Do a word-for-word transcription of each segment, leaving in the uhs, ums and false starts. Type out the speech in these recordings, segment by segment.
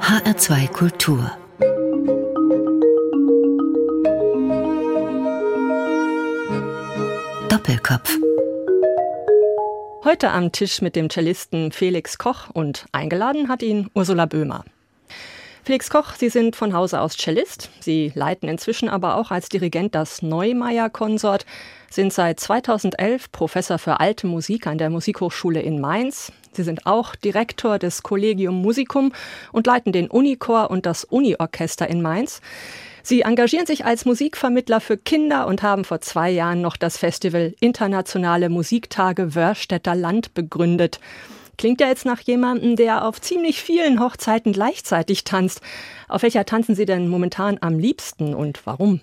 H R zwei Kultur. Doppelkopf. Heute am Tisch mit dem Cellisten Felix Koch und eingeladen hat ihn Ursula Böhmer. Felix Koch, Sie sind von Hause aus Cellist. Sie leiten inzwischen aber auch als Dirigent das Neumeier-Konsort, sind seit zweitausendelf Professor für Alte Musik an der Musikhochschule in Mainz. Sie sind auch Direktor des Collegium Musicum und leiten den Unichor und das Uniorchester in Mainz. Sie engagieren sich als Musikvermittler für Kinder und haben vor zwei Jahren noch das Festival Internationale Musiktage Wörstädter Land begründet. Klingt ja jetzt nach jemandem, der auf ziemlich vielen Hochzeiten gleichzeitig tanzt. Auf welcher tanzen Sie denn momentan am liebsten und warum?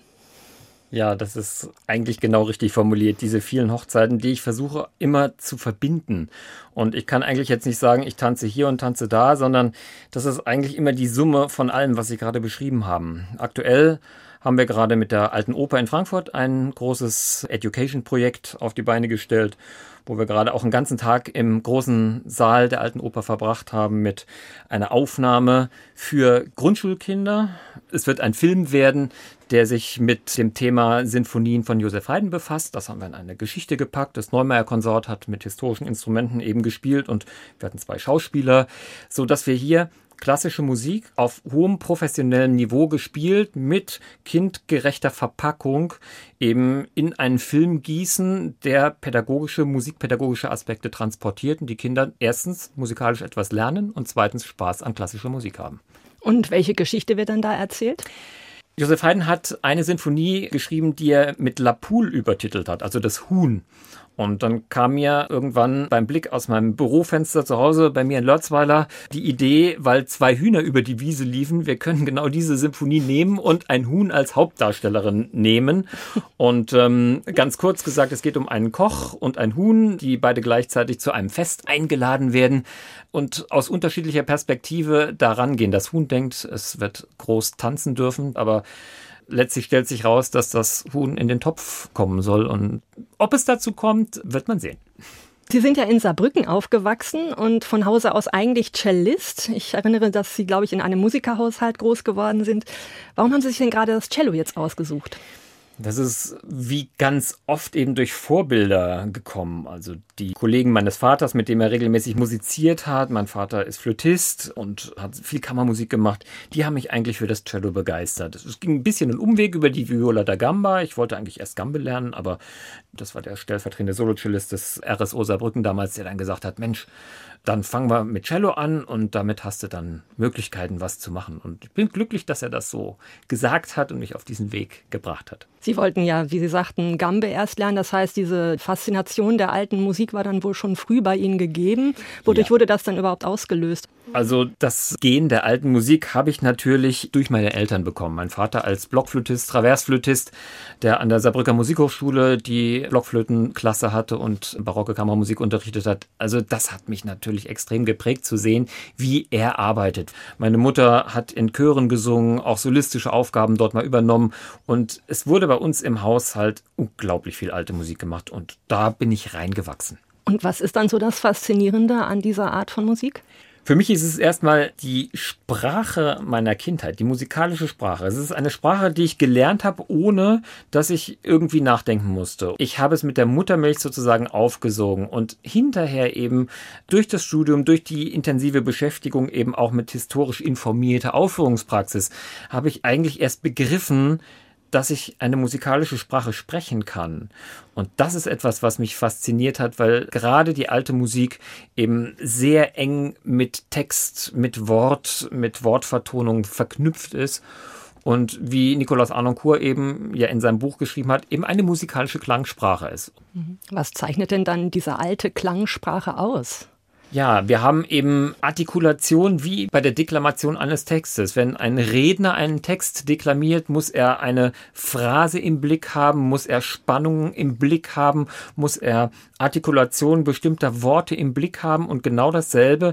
Ja, das ist eigentlich genau richtig formuliert. Diese vielen Hochzeiten, die ich versuche immer zu verbinden. Und ich kann eigentlich jetzt nicht sagen, ich tanze hier und tanze da, sondern das ist eigentlich immer die Summe von allem, was Sie gerade beschrieben haben. Aktuell haben wir gerade mit der Alten Oper in Frankfurt ein großes Education-Projekt auf die Beine gestellt, wo wir gerade auch einen ganzen Tag im großen Saal der Alten Oper verbracht haben mit einer Aufnahme für Grundschulkinder. Es wird ein Film werden, der sich mit dem Thema Sinfonien von Joseph Haydn befasst. Das haben wir in eine Geschichte gepackt. Das Neumeier-Konsort hat mit historischen Instrumenten eben gespielt und wir hatten zwei Schauspieler, sodass wir hier klassische Musik auf hohem professionellem Niveau gespielt, mit kindgerechter Verpackung eben in einen Film gießen, der pädagogische, musikpädagogische Aspekte transportiert und die Kinder erstens musikalisch etwas lernen und zweitens Spaß an klassischer Musik haben. Und welche Geschichte wird dann da erzählt? Joseph Haydn hat eine Sinfonie geschrieben, die er mit La Poule übertitelt hat, also das Huhn. Und dann kam mir irgendwann beim Blick aus meinem Bürofenster zu Hause bei mir in Lörzweiler die Idee, weil zwei Hühner über die Wiese liefen, wir können genau diese Symphonie nehmen und ein Huhn als Hauptdarstellerin nehmen. Und ähm, ganz kurz gesagt, es geht um einen Koch und ein Huhn, die beide gleichzeitig zu einem Fest eingeladen werden und aus unterschiedlicher Perspektive daran gehen. Das Huhn denkt, es wird groß tanzen dürfen, aber letztlich stellt sich raus, dass das Huhn in den Topf kommen soll. Und ob es dazu kommt, wird man sehen. Sie sind ja in Saarbrücken aufgewachsen und von Hause aus eigentlich Cellist. Ich erinnere, dass Sie, glaube ich, in einem Musikerhaushalt groß geworden sind. Warum haben Sie sich denn gerade das Cello jetzt ausgesucht? Das ist wie ganz oft eben durch Vorbilder gekommen. Also die Kollegen meines Vaters, mit dem er regelmäßig musiziert hat. Mein Vater ist Flötist und hat viel Kammermusik gemacht. Die haben mich eigentlich für das Cello begeistert. Es ging ein bisschen ein Umweg über die Viola da Gamba. Ich wollte eigentlich erst Gambe lernen, aber das war der stellvertretende Solocellist des R S O Saarbrücken damals, der dann gesagt hat, Mensch, dann fangen wir mit Cello an und damit hast du dann Möglichkeiten, was zu machen. Und ich bin glücklich, dass er das so gesagt hat und mich auf diesen Weg gebracht hat. Sie wollten ja, wie Sie sagten, Gambe erst lernen. Das heißt, diese Faszination der alten Musik war dann wohl schon früh bei Ihnen gegeben. Wodurch ja. wurde das dann überhaupt ausgelöst? Also das Gen der alten Musik habe ich natürlich durch meine Eltern bekommen. Mein Vater als Blockflötist, Traversflötist, der an der Saarbrücker Musikhochschule die Blockflötenklasse hatte und barocke Kammermusik unterrichtet hat. Also das hat mich natürlich extrem geprägt zu sehen, wie er arbeitet. Meine Mutter hat in Chören gesungen, auch solistische Aufgaben dort mal übernommen und es wurde bei uns im Haushalt unglaublich viel alte Musik gemacht und da bin ich reingewachsen. Und was ist dann so das Faszinierende an dieser Art von Musik? Für mich ist es erstmal die Sprache meiner Kindheit, die musikalische Sprache. Es ist eine Sprache, die ich gelernt habe, ohne dass ich irgendwie nachdenken musste. Ich habe es mit der Muttermilch sozusagen aufgesogen und hinterher eben durch das Studium, durch die intensive Beschäftigung eben auch mit historisch informierter Aufführungspraxis, habe ich eigentlich erst begriffen, dass ich eine musikalische Sprache sprechen kann. Und das ist etwas, was mich fasziniert hat, weil gerade die alte Musik eben sehr eng mit Text, mit Wort, mit Wortvertonung verknüpft ist. Und wie Nicolas Harnoncourt eben ja in seinem Buch geschrieben hat, eben eine musikalische Klangsprache ist. Was zeichnet denn dann diese alte Klangsprache aus? Ja, wir haben eben Artikulation wie bei der Deklamation eines Textes. Wenn ein Redner einen Text deklamiert, muss er eine Phrase im Blick haben, muss er Spannungen im Blick haben, muss er Artikulation bestimmter Worte im Blick haben und genau dasselbe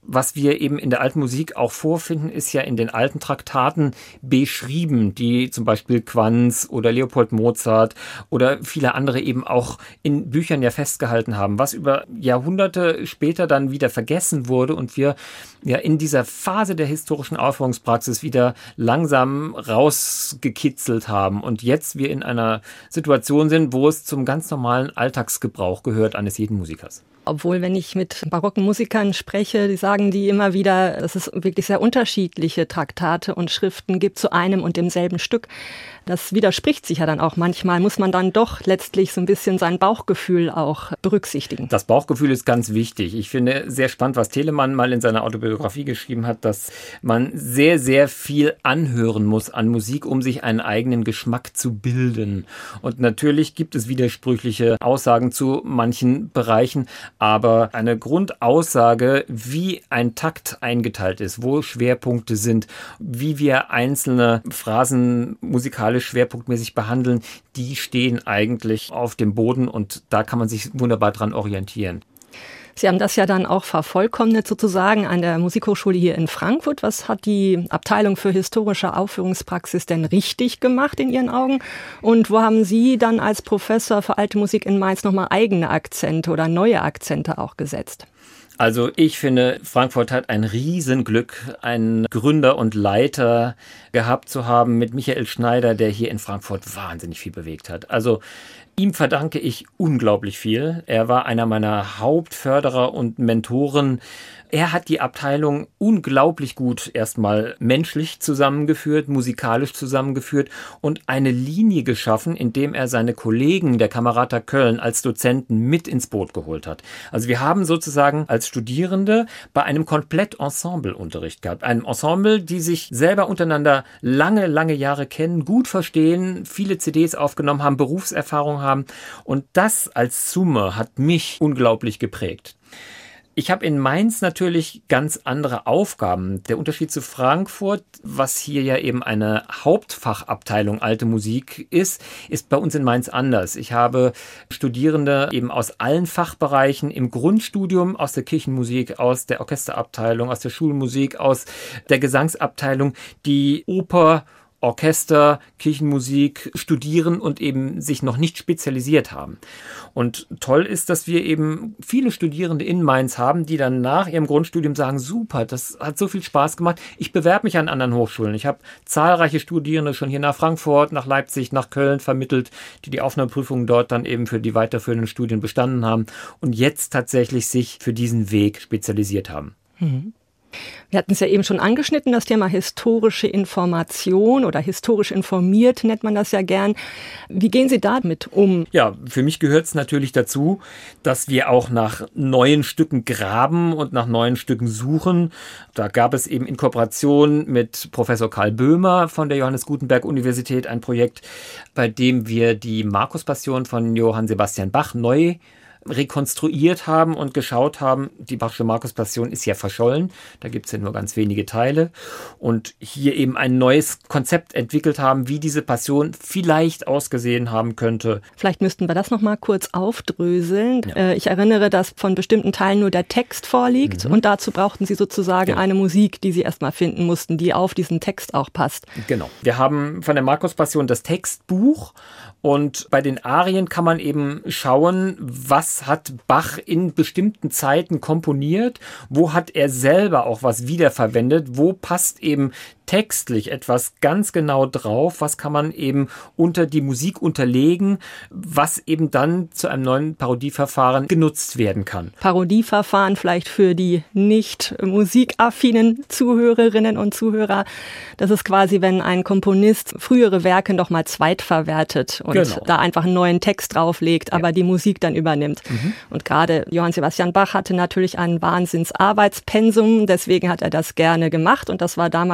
was wir eben in der alten Musik auch vorfinden, ist ja in den alten Traktaten beschrieben, die zum Beispiel Quanz oder Leopold Mozart oder viele andere eben auch in Büchern ja festgehalten haben, was über Jahrhunderte später dann wieder vergessen wurde und wir ja in dieser Phase der historischen Aufführungspraxis wieder langsam rausgekitzelt haben und jetzt wir in einer Situation sind, wo es zum ganz normalen Alltagsgebrauch gehört eines jeden Musikers. Obwohl, wenn ich mit barocken Musikern spreche, die sagen die immer wieder, dass es wirklich sehr unterschiedliche Traktate und Schriften gibt zu einem und demselben Stück. Das widerspricht sich ja dann auch. Manchmal muss man dann doch letztlich so ein bisschen sein Bauchgefühl auch berücksichtigen. Das Bauchgefühl ist ganz wichtig. Ich finde sehr spannend, was Telemann mal in seiner Autobiografie geschrieben hat, dass man sehr, sehr viel anhören muss an Musik, um sich einen eigenen Geschmack zu bilden. Und natürlich gibt es widersprüchliche Aussagen zu manchen Bereichen, aber eine Grundaussage, wie ein Takt eingeteilt ist, wo Schwerpunkte sind, wie wir einzelne Phrasen musikalisch schwerpunktmäßig behandeln, die stehen eigentlich auf dem Boden und da kann man sich wunderbar dran orientieren. Sie haben das ja dann auch vervollkommnet sozusagen an der Musikhochschule hier in Frankfurt. Was hat die Abteilung für historische Aufführungspraxis denn richtig gemacht in Ihren Augen? Und wo haben Sie dann als Professor für alte Musik in Mainz nochmal eigene Akzente oder neue Akzente auch gesetzt? Also ich finde, Frankfurt hat ein Riesenglück, einen Gründer und Leiter gehabt zu haben mit Michael Schneider, der hier in Frankfurt wahnsinnig viel bewegt hat. Also ihm verdanke ich unglaublich viel. Er war einer meiner Hauptförderer und Mentoren. Er hat die Abteilung unglaublich gut erstmal menschlich zusammengeführt, musikalisch zusammengeführt und eine Linie geschaffen, indem er seine Kollegen der Camerata Köln als Dozenten mit ins Boot geholt hat. Also wir haben sozusagen als Studierende bei einem Komplett-Ensemble-Unterricht gehabt. Einem Ensemble, die sich selber untereinander lange, lange Jahre kennen, gut verstehen, viele C Ds aufgenommen haben, Berufserfahrung haben. Und das als Summe hat mich unglaublich geprägt. Ich habe in Mainz natürlich ganz andere Aufgaben. Der Unterschied zu Frankfurt, was hier ja eben eine Hauptfachabteilung alte Musik ist, ist bei uns in Mainz anders. Ich habe Studierende eben aus allen Fachbereichen im Grundstudium, aus der Kirchenmusik, aus der Orchesterabteilung, aus der Schulmusik, aus der Gesangsabteilung, die Oper, Orchester, Kirchenmusik studieren und eben sich noch nicht spezialisiert haben. Und toll ist, dass wir eben viele Studierende in Mainz haben, die dann nach ihrem Grundstudium sagen, super, das hat so viel Spaß gemacht, ich bewerbe mich an anderen Hochschulen. Ich habe zahlreiche Studierende schon hier nach Frankfurt, nach Leipzig, nach Köln vermittelt, die die Aufnahmeprüfungen dort dann eben für die weiterführenden Studien bestanden haben und jetzt tatsächlich sich für diesen Weg spezialisiert haben. Mhm. Wir hatten es ja eben schon angeschnitten, das Thema historische Information oder historisch informiert nennt man das ja gern. Wie gehen Sie damit um? Ja, für mich gehört es natürlich dazu, dass wir auch nach neuen Stücken graben und nach neuen Stücken suchen. Da gab es eben in Kooperation mit Professor Karl Böhmer von der Johannes Gutenberg Universität ein Projekt, bei dem wir die Markuspassion von Johann Sebastian Bach neu rekonstruiert haben und geschaut haben, die Bachsche Markuspassion ist ja verschollen, da gibt es ja nur ganz wenige Teile und hier eben ein neues Konzept entwickelt haben, wie diese Passion vielleicht ausgesehen haben könnte. Vielleicht müssten wir das noch mal kurz aufdröseln. Ja. Ich erinnere, dass von bestimmten Teilen nur der Text vorliegt mhm. und dazu brauchten Sie sozusagen genau. eine Musik, die Sie erstmal finden mussten, die auf diesen Text auch passt. Genau. Wir haben von der Markuspassion das Textbuch und bei den Arien kann man eben schauen, was hat Bach in bestimmten Zeiten komponiert, wo hat er selber auch was wiederverwendet, wo passt eben textlich etwas ganz genau drauf, was kann man eben unter die Musik unterlegen, was eben dann zu einem neuen Parodieverfahren genutzt werden kann. Parodieverfahren vielleicht für die nicht musikaffinen Zuhörerinnen und Zuhörer. Das ist quasi, wenn ein Komponist frühere Werke nochmal zweitverwertet und genau. da einfach einen neuen Text drauflegt, ja. aber die Musik dann übernimmt. Mhm. Und gerade Johann Sebastian Bach hatte natürlich ein Wahnsinnsarbeitspensum, deswegen hat er das gerne gemacht und das war damals auch was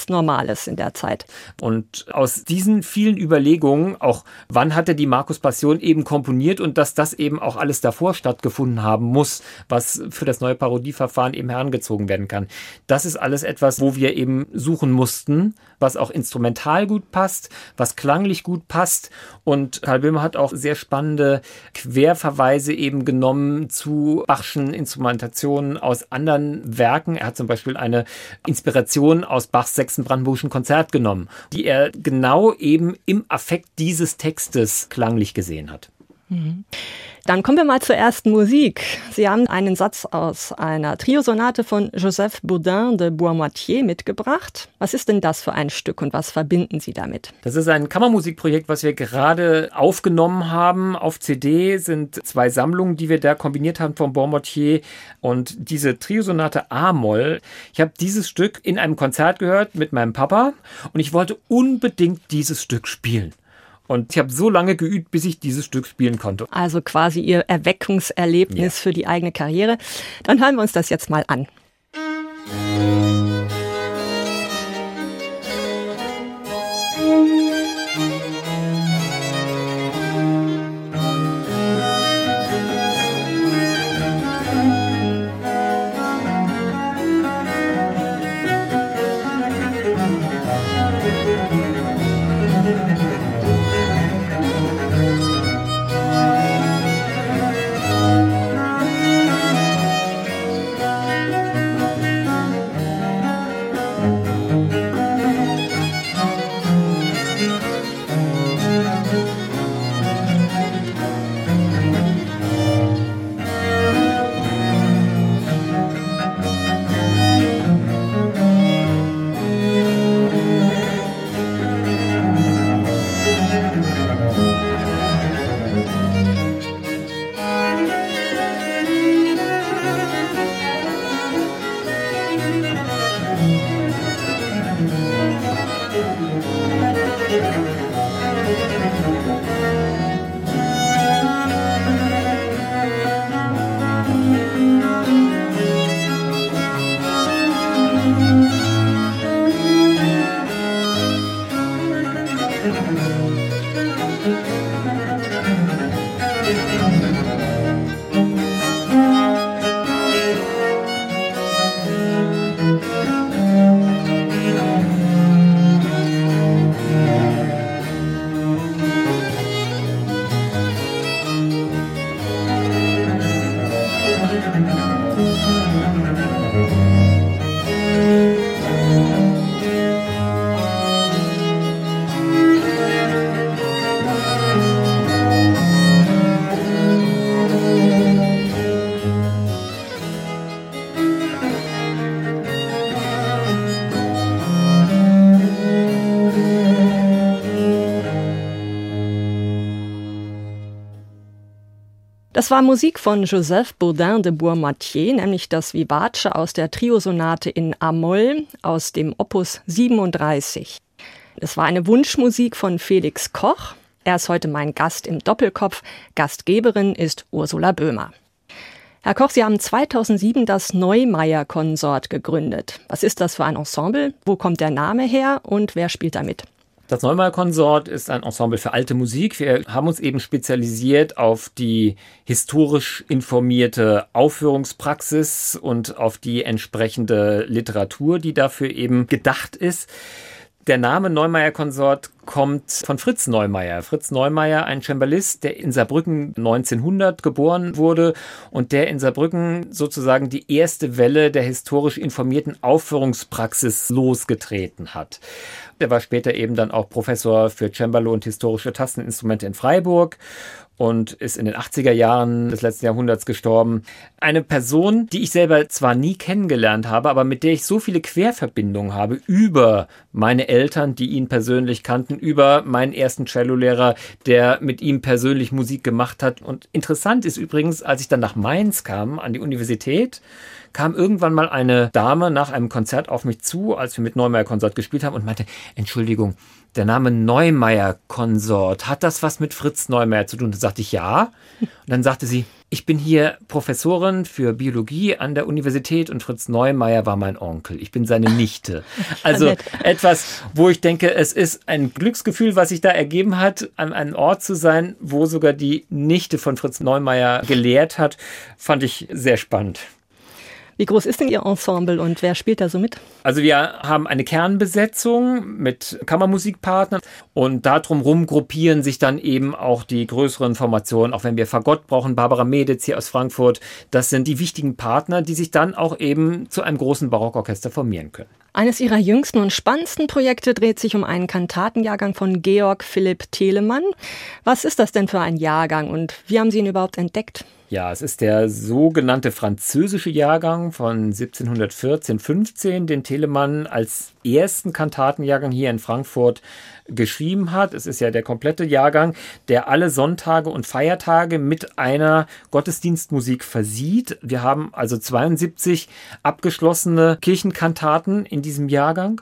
nichts Normales in der Zeit. Und aus diesen vielen Überlegungen, auch wann hat er die Markus-Passion eben komponiert und dass das eben auch alles davor stattgefunden haben muss, was für das neue Parodieverfahren eben herangezogen werden kann. Das ist alles etwas, wo wir eben suchen mussten, was auch instrumental gut passt, was klanglich gut passt. Und Karl Böhmer hat auch sehr spannende Querverweise eben genommen zu Bachschen Instrumentationen aus anderen Werken. Er hat zum Beispiel eine Inspiration aus Bachs sechsten Brandenburgischen Konzert genommen, die er genau eben im Affekt dieses Textes klanglich gesehen hat. Mhm. Dann kommen wir mal zur ersten Musik. Sie haben einen Satz aus einer Triosonate von Joseph Bourdin de Boismoitié mitgebracht. Was ist denn das für ein Stück und was verbinden Sie damit? Das ist ein Kammermusikprojekt, was wir gerade aufgenommen haben. Auf C D sind zwei Sammlungen, die wir da kombiniert haben von Boismoitié. Und diese Triosonate A-Moll, ich habe dieses Stück in einem Konzert gehört mit meinem Papa und ich wollte unbedingt dieses Stück spielen. Und ich habe so lange geübt, bis ich dieses Stück spielen konnte. Also quasi Ihr Erweckungserlebnis ja. für die eigene Karriere. Dann hören wir uns das jetzt mal an. Das war Musik von Joseph Bourdin de Boismoitié, nämlich das Vivace aus der Triosonate in A-Moll aus dem Opus siebenunddreißig. Das war eine Wunschmusik von Felix Koch. Er ist heute mein Gast im Doppelkopf. Gastgeberin ist Ursula Böhmer. Herr Koch, Sie haben zweitausendsieben das Neumeier-Konsort gegründet. Was ist das für ein Ensemble? Wo kommt der Name her und wer spielt da mit? Das Neumeier-Konsort ist ein Ensemble für alte Musik. Wir haben uns eben spezialisiert auf die historisch informierte Aufführungspraxis und auf die entsprechende Literatur, die dafür eben gedacht ist. Der Name Neumeier-Konsort kommt von Fritz Neumeier. Fritz Neumeier, ein Cembalist, der in Saarbrücken neunzehnhundert geboren wurde und der in Saarbrücken sozusagen die erste Welle der historisch informierten Aufführungspraxis losgetreten hat. Er war später eben dann auch Professor für Cembalo und historische Tasteninstrumente in Freiburg und ist in den achtziger Jahren des letzten Jahrhunderts gestorben. Eine Person, die ich selber zwar nie kennengelernt habe, aber mit der ich so viele Querverbindungen habe über meine Eltern, die ihn persönlich kannten, über meinen ersten Cellolehrer, der mit ihm persönlich Musik gemacht hat. Und interessant ist übrigens, als ich dann nach Mainz kam, an die Universität, kam irgendwann mal eine Dame nach einem Konzert auf mich zu, als wir mit Neumeier-Konsort gespielt haben und meinte, Entschuldigung, der Name Neumeier-Konsort, hat das was mit Fritz Neumeier zu tun? Da sagte ich, ja. Und dann sagte sie, ich bin hier Professorin für Biologie an der Universität und Fritz Neumeier war mein Onkel. Ich bin seine Nichte. Also etwas, wo ich denke, es ist ein Glücksgefühl, was sich da ergeben hat, an einem Ort zu sein, wo sogar die Nichte von Fritz Neumeier gelehrt hat, fand ich sehr spannend. Wie groß ist denn Ihr Ensemble und wer spielt da so mit? Also wir haben eine Kernbesetzung mit Kammermusikpartnern und darum rum gruppieren sich dann eben auch die größeren Formationen. Auch wenn wir Fagott brauchen, Barbara Meditz hier aus Frankfurt, das sind die wichtigen Partner, die sich dann auch eben zu einem großen Barockorchester formieren können. Eines Ihrer jüngsten und spannendsten Projekte dreht sich um einen Kantatenjahrgang von Georg Philipp Telemann. Was ist das denn für ein Jahrgang und wie haben Sie ihn überhaupt entdeckt? Ja, es ist der sogenannte französische Jahrgang von siebzehnhundertvierzehn fünfzehn, den Telemann als ersten Kantatenjahrgang hier in Frankfurt geschrieben hat. Es ist ja der komplette Jahrgang, der alle Sonntage und Feiertage mit einer Gottesdienstmusik versieht. Wir haben also zweiundsiebzig abgeschlossene Kirchenkantaten in diesem Jahrgang.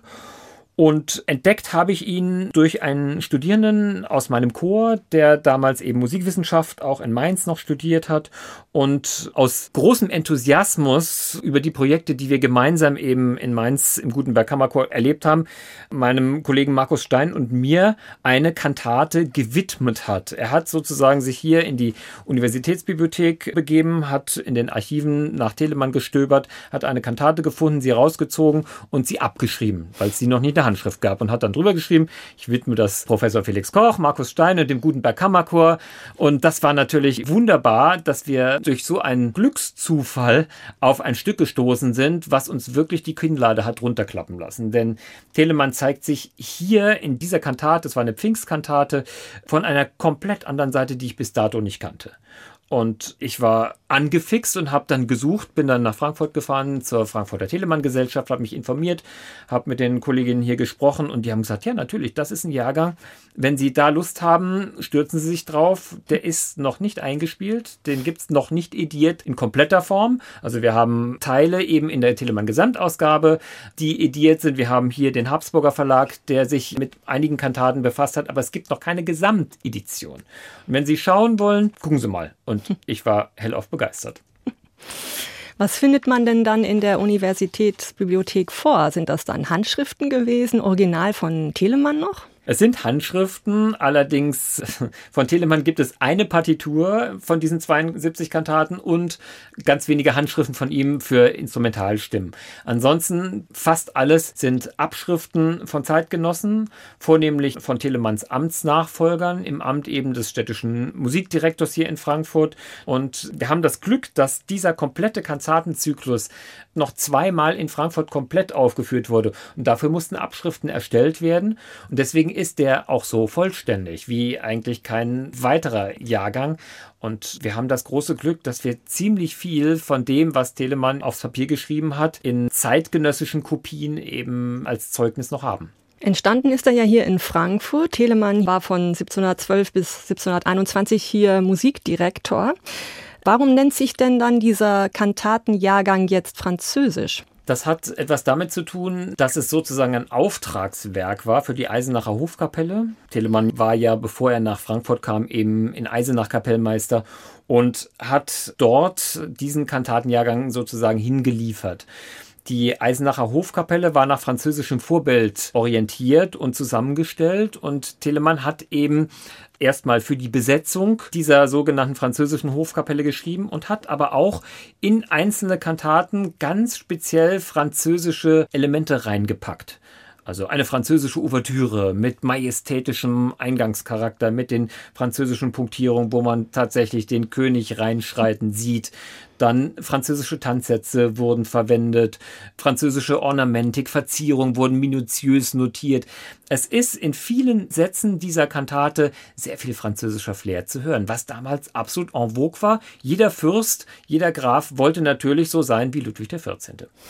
Und entdeckt habe ich ihn durch einen Studierenden aus meinem Chor, der damals eben Musikwissenschaft auch in Mainz noch studiert hat und aus großem Enthusiasmus über die Projekte, die wir gemeinsam eben in Mainz im Gutenberg Kammerchor erlebt haben, meinem Kollegen Markus Stein und mir eine Kantate gewidmet hat. Er hat sozusagen sich hier in die Universitätsbibliothek begeben, hat in den Archiven nach Telemann gestöbert, hat eine Kantate gefunden, sie rausgezogen und sie abgeschrieben, weil es sie noch nicht Handschrift gab und hat dann drüber geschrieben, ich widme das Professor Felix Koch, Markus Stein und dem Gutenberg Kammerchor. Und das war natürlich wunderbar, dass wir durch so einen Glückszufall auf ein Stück gestoßen sind, was uns wirklich die Kinnlade hat runterklappen lassen. Denn Telemann zeigt sich hier in dieser Kantate, das war eine Pfingstkantate, von einer komplett anderen Seite, die ich bis dato nicht kannte. Und ich war angefixt und habe dann gesucht, bin dann nach Frankfurt gefahren zur Frankfurter Telemann-Gesellschaft, habe mich informiert, habe mit den Kolleginnen hier gesprochen und die haben gesagt, ja natürlich, das ist ein Jahrgang. Wenn Sie da Lust haben, stürzen Sie sich drauf. Der ist noch nicht eingespielt, den gibt es noch nicht ediert in kompletter Form. Also wir haben Teile eben in der Telemann-Gesamtausgabe, die ediert sind. Wir haben hier den Habsburger Verlag, der sich mit einigen Kantaten befasst hat, aber es gibt noch keine Gesamtedition. Und wenn Sie schauen wollen, gucken Sie mal. Und ich war hellauf begeistert. Was findet man denn dann in der Universitätsbibliothek vor? Sind das dann Handschriften gewesen, original von Telemann noch? Es sind Handschriften, allerdings von Telemann gibt es eine Partitur von diesen zweiundsiebzig Kantaten und ganz wenige Handschriften von ihm für Instrumentalstimmen. Ansonsten fast alles sind Abschriften von Zeitgenossen, vornehmlich von Telemanns Amtsnachfolgern im Amt eben des städtischen Musikdirektors hier in Frankfurt. Und wir haben das Glück, dass dieser komplette Kantatenzyklus noch zweimal in Frankfurt komplett aufgeführt wurde. Und dafür mussten Abschriften erstellt werden. Und deswegen ist der auch so vollständig wie eigentlich kein weiterer Jahrgang. Und wir haben das große Glück, dass wir ziemlich viel von dem, was Telemann aufs Papier geschrieben hat, in zeitgenössischen Kopien eben als Zeugnis noch haben. Entstanden ist er ja hier in Frankfurt. Telemann war von siebzehnhundertzwölf bis siebzehnhunderteinundzwanzig hier Musikdirektor. Warum nennt sich denn dann dieser Kantatenjahrgang jetzt Französisch? Das hat etwas damit zu tun, dass es sozusagen ein Auftragswerk war für die Eisenacher Hofkapelle. Telemann war ja, bevor er nach Frankfurt kam, eben in Eisenach Kapellmeister und hat dort diesen Kantatenjahrgang sozusagen hingeliefert. Die Eisenacher Hofkapelle war nach französischem Vorbild orientiert und zusammengestellt und Telemann hat eben erstmal für die Besetzung dieser sogenannten französischen Hofkapelle geschrieben und hat aber auch in einzelne Kantaten ganz speziell französische Elemente reingepackt. Also eine französische Ouvertüre mit majestätischem Eingangscharakter, mit den französischen Punktierungen, wo man tatsächlich den König reinschreiten sieht. Dann französische Tanzsätze wurden verwendet, französische Ornamentik, Verzierungen wurden minutiös notiert. Es ist in vielen Sätzen dieser Kantate sehr viel französischer Flair zu hören, was damals absolut en vogue war. Jeder Fürst, jeder Graf wollte natürlich so sein wie Ludwig der vierzehnte.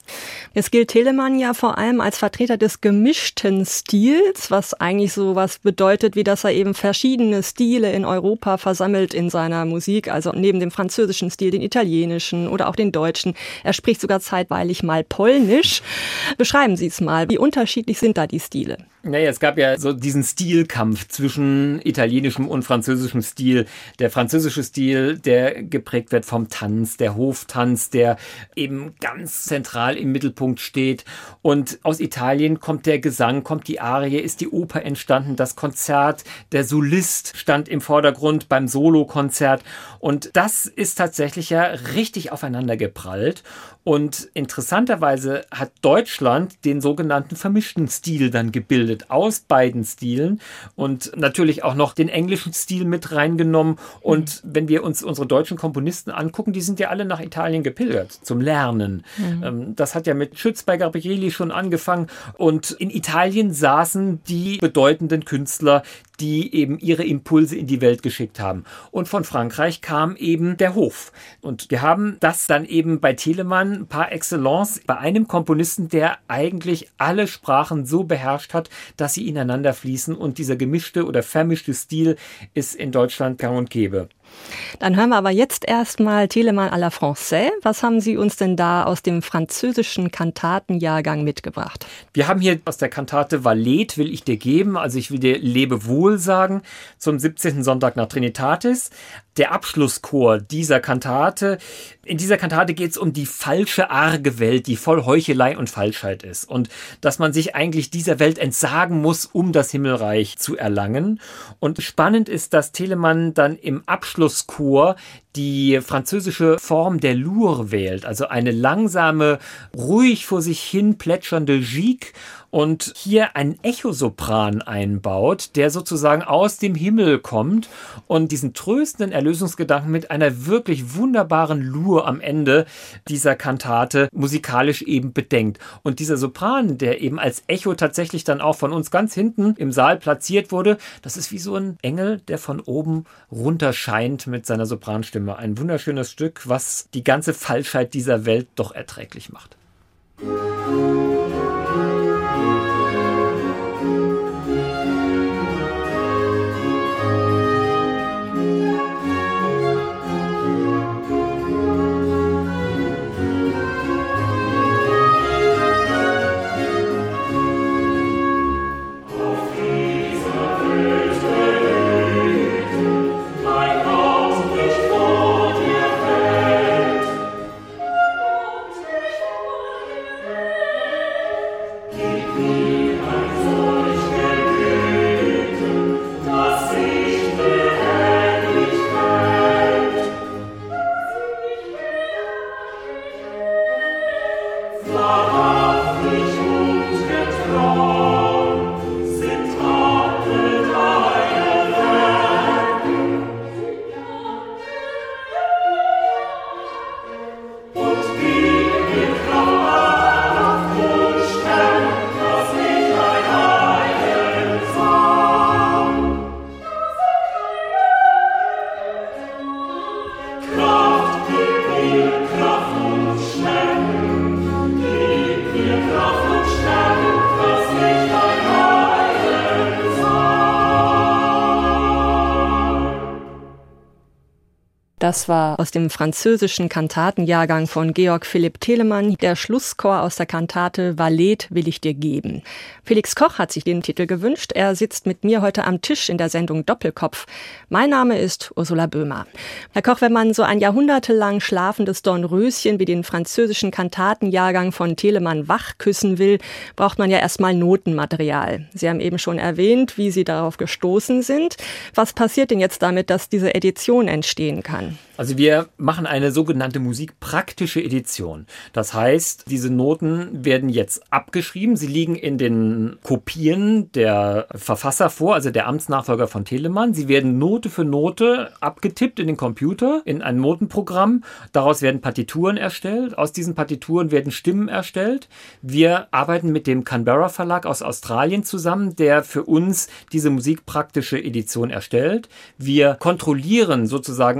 Es gilt Telemann ja vor allem als Vertreter des gemischten Stils, was eigentlich so was bedeutet, wie dass er eben verschiedene Stile in Europa versammelt in seiner Musik, also neben dem französischen Stil den italienischen oder auch den deutschen. Er spricht sogar zeitweilig mal Polnisch. Beschreiben Sie es mal, wie unterschiedlich sind da die Stile? Naja, es gab ja so diesen Stilkampf zwischen italienischem und französischem Stil. Der französische Stil, der geprägt wird vom Tanz, der Hoftanz, der eben ganz zentral im Mittelpunkt steht. Und aus Italien kommt der Gesang, kommt die Arie, ist die Oper entstanden, das Konzert, der Solist stand im Vordergrund beim Solokonzert. Und das ist tatsächlich ja richtig aufeinander geprallt. Und interessanterweise hat Deutschland den sogenannten vermischten Stil dann gebildet aus beiden Stilen und natürlich auch noch den englischen Stil mit reingenommen. Und mhm. wenn wir uns unsere deutschen Komponisten angucken, die sind ja alle nach Italien gepilgert zum Lernen. Mhm. Das hat ja mit Schütz bei Gabrieli schon angefangen. Und in Italien saßen die bedeutenden Künstler, die eben ihre Impulse in die Welt geschickt haben. Und von Frankreich kam eben der Hof. Und wir haben das dann eben bei Telemann par excellence bei einem Komponisten, der eigentlich alle Sprachen so beherrscht hat, dass sie ineinander fließen. Und dieser gemischte oder vermischte Stil ist in Deutschland gang und gäbe. Dann hören wir aber jetzt erstmal Telemann à la Française. Was haben Sie uns denn da aus dem französischen Kantatenjahrgang mitgebracht? Wir haben hier aus der Kantate Vallet will ich dir geben, also ich will dir Lebewohl sagen, zum siebzehnten Sonntag nach Trinitatis. Der Abschlusschor dieser Kantate. In dieser Kantate geht es um die falsche, arge Welt, die voll Heuchelei und Falschheit ist. Und dass man sich eigentlich dieser Welt entsagen muss, um das Himmelreich zu erlangen. Und spannend ist, dass Telemann dann im Abschlusschor die französische Form der Loure wählt. Also eine langsame, ruhig vor sich hin plätschernde Gigue. Und hier einen Echosopran einbaut, der sozusagen aus dem Himmel kommt und diesen tröstenden Erlösungsgedanken mit einer wirklich wunderbaren Loure am Ende dieser Kantate musikalisch eben bedenkt. Und dieser Sopran, der eben als Echo tatsächlich dann auch von uns ganz hinten im Saal platziert wurde, das ist wie so ein Engel, der von oben runter scheint mit seiner Sopranstimme. Ein wunderschönes Stück, was die ganze Falschheit dieser Welt doch erträglich macht. Das war aus dem französischen Kantatenjahrgang von Georg Philipp Telemann, der Schlusschor aus der Kantate Vallet will ich dir geben. Felix Koch hat sich den Titel gewünscht. Er sitzt mit mir heute am Tisch in der Sendung Doppelkopf. Mein Name ist Ursula Böhmer. Herr Koch, wenn man so ein jahrhundertelang schlafendes Dornröschen wie den französischen Kantatenjahrgang von Telemann wach küssen will, braucht man ja erstmal Notenmaterial. Sie haben eben schon erwähnt, wie Sie darauf gestoßen sind. Was passiert denn jetzt damit, dass diese Edition entstehen kann? Also wir machen eine sogenannte musikpraktische Edition. Das heißt, diese Noten werden jetzt abgeschrieben. Sie liegen in den Kopien der Verfasser vor, also der Amtsnachfolger von Telemann. Sie werden Note für Note abgetippt in den Computer, in ein Notenprogramm. Daraus werden Partituren erstellt. Aus diesen Partituren werden Stimmen erstellt. Wir arbeiten mit dem Canberra Verlag aus Australien zusammen, der für uns diese musikpraktische Edition erstellt. Wir kontrollieren sozusagen in jeder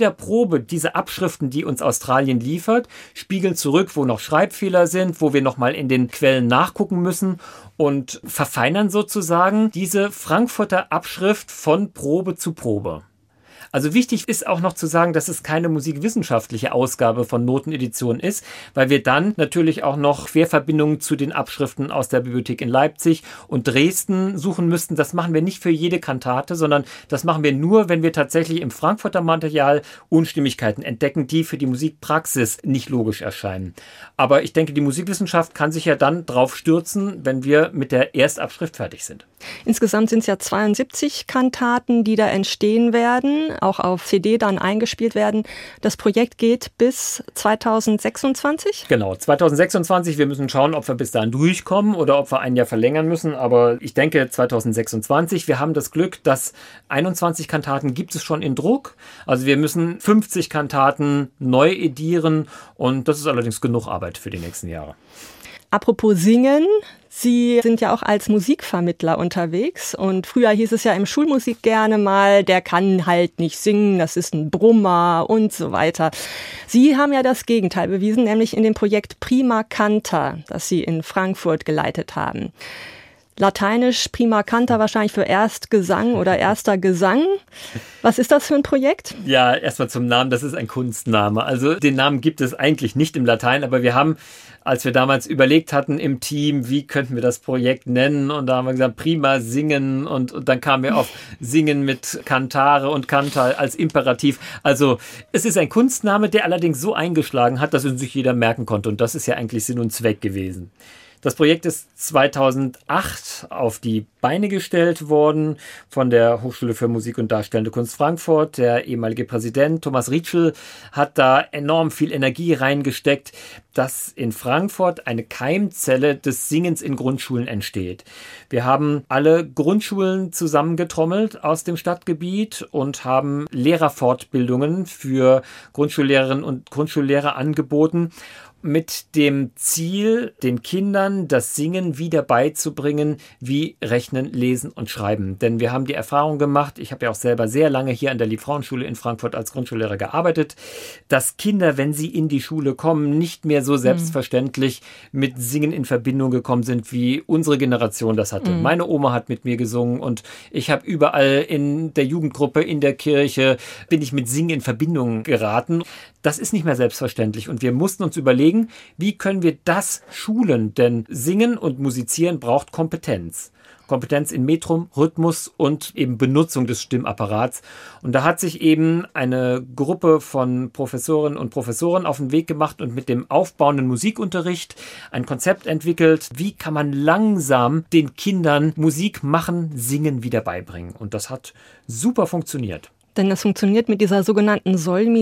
jeder Probe diese Abschriften, die uns Australien liefert, spiegeln zurück, wo noch Schreibfehler sind, wo wir nochmal in den Quellen nachgucken müssen und verfeinern sozusagen diese Frankfurter Abschrift von Probe zu Probe. Also wichtig ist auch noch zu sagen, dass es keine musikwissenschaftliche Ausgabe von Notenedition ist, weil wir dann natürlich auch noch Querverbindungen zu den Abschriften aus der Bibliothek in Leipzig und Dresden suchen müssten. Das machen wir nicht für jede Kantate, sondern das machen wir nur, wenn wir tatsächlich im Frankfurter Material Unstimmigkeiten entdecken, die für die Musikpraxis nicht logisch erscheinen. Aber ich denke, die Musikwissenschaft kann sich ja dann drauf stürzen, wenn wir mit der Erstabschrift fertig sind. Insgesamt sind es ja zweiundsiebzig Kantaten, die da entstehen werden, auch auf C D dann eingespielt werden. Das Projekt geht bis zweitausendsechsundzwanzig? Genau, zweitausendsechsundzwanzig. Wir müssen schauen, ob wir bis dahin durchkommen oder ob wir ein Jahr verlängern müssen. Aber ich denke zweitausendsechsundzwanzig. Wir haben das Glück, dass einundzwanzig Kantaten gibt es schon in Druck. Also wir müssen fünfzig Kantaten neu edieren und das ist allerdings genug Arbeit für die nächsten Jahre. Apropos Singen, Sie sind ja auch als Musikvermittler unterwegs und früher hieß es ja im Schulmusik gerne mal, der kann halt nicht singen, das ist ein Brummer und so weiter. Sie haben ja das Gegenteil bewiesen, nämlich in dem Projekt Prima Canta, das Sie in Frankfurt geleitet haben. Lateinisch Prima Canta wahrscheinlich für Erstgesang oder erster Gesang. Was ist das für ein Projekt? Ja, erstmal zum Namen, das ist ein Kunstname. Also den Namen gibt es eigentlich nicht im Latein, aber wir haben, als wir damals überlegt hatten im Team, wie könnten wir das Projekt nennen, und da haben wir gesagt, prima singen, und, und dann kamen wir auf Singen mit Cantare und Canta als Imperativ. Also es ist ein Kunstname, der allerdings so eingeschlagen hat, dass ihn sich jeder merken konnte, und das ist ja eigentlich Sinn und Zweck gewesen. Das Projekt ist zweitausendacht auf die Beine gestellt worden von der Hochschule für Musik und Darstellende Kunst Frankfurt. Der ehemalige Präsident Thomas Rietschel hat da enorm viel Energie reingesteckt, dass in Frankfurt eine Keimzelle des Singens in Grundschulen entsteht. Wir haben alle Grundschulen zusammengetrommelt aus dem Stadtgebiet und haben Lehrerfortbildungen für Grundschullehrerinnen und Grundschullehrer angeboten, mit dem Ziel, den Kindern das Singen wieder beizubringen, wie Rechnen, Lesen und Schreiben. Denn wir haben die Erfahrung gemacht, ich habe ja auch selber sehr lange hier an der Lieb-Frauen-Schule in Frankfurt als Grundschullehrer gearbeitet, dass Kinder, wenn sie in die Schule kommen, nicht mehr so selbstverständlich mhm. mit Singen in Verbindung gekommen sind, wie unsere Generation das hatte. Mhm. Meine Oma hat mit mir gesungen und ich habe überall in der Jugendgruppe, in der Kirche, bin ich mit Singen in Verbindung geraten. Das ist nicht mehr selbstverständlich und wir mussten uns überlegen, wie können wir das schulen? Denn Singen und Musizieren braucht Kompetenz. Kompetenz in Metrum, Rhythmus und eben Benutzung des Stimmapparats. Und da hat sich eben eine Gruppe von Professorinnen und Professoren auf den Weg gemacht und mit dem aufbauenden Musikunterricht ein Konzept entwickelt, wie kann man langsam den Kindern Musik machen, Singen wieder beibringen. Und das hat super funktioniert. Denn das funktioniert mit dieser sogenannten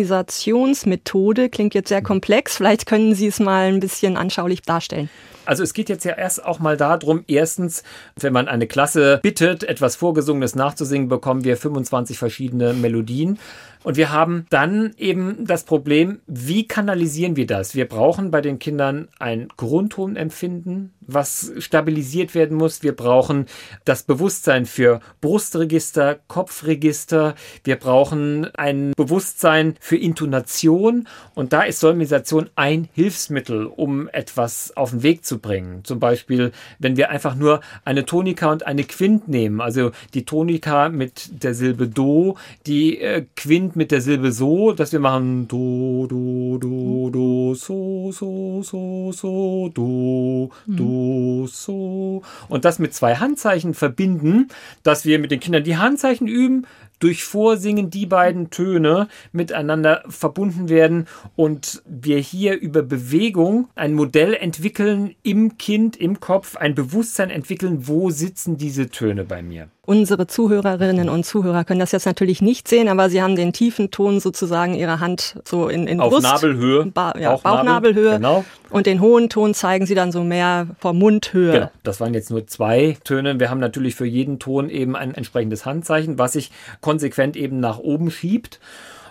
Solmisationsmethode. Klingt jetzt sehr komplex. Vielleicht können Sie es mal ein bisschen anschaulich darstellen. Also es geht jetzt ja erst auch mal darum, erstens, wenn man eine Klasse bittet, etwas Vorgesungenes nachzusingen, bekommen wir fünfundzwanzig verschiedene Melodien. Und wir haben dann eben das Problem, wie kanalisieren wir das? Wir brauchen bei den Kindern ein Grundtonempfinden, was stabilisiert werden muss. Wir brauchen das Bewusstsein für Brustregister, Kopfregister. Wir brauchen ein Bewusstsein für Intonation. Und da ist Solmisation ein Hilfsmittel, um etwas auf den Weg zu bringen. Zum Beispiel, wenn wir einfach nur eine Tonika und eine Quint nehmen. Also die Tonika mit der Silbe Do, die äh, Quint mit der Silbe So, dass wir machen Do, Do, Do, Do, So, So, So, So, Do, Do, So. Und das mit zwei Handzeichen verbinden, dass wir mit den Kindern die Handzeichen üben, durch Vorsingen die beiden Töne miteinander verbunden werden und wir hier über Bewegung ein Modell entwickeln im Kind, im Kopf, ein Bewusstsein entwickeln, wo sitzen diese Töne bei mir. Unsere Zuhörerinnen und Zuhörer können das jetzt natürlich nicht sehen, aber Sie haben den tiefen Ton sozusagen Ihrer Hand so in, in Auf Brust. Nabelhöhe. Ba- ja, Bauchnabel, Bauchnabelhöhe. Genau. Und den hohen Ton zeigen Sie dann so mehr vor Mundhöhe. Genau, das waren jetzt nur zwei Töne. Wir haben natürlich für jeden Ton eben ein entsprechendes Handzeichen, was sich konsequent eben nach oben schiebt.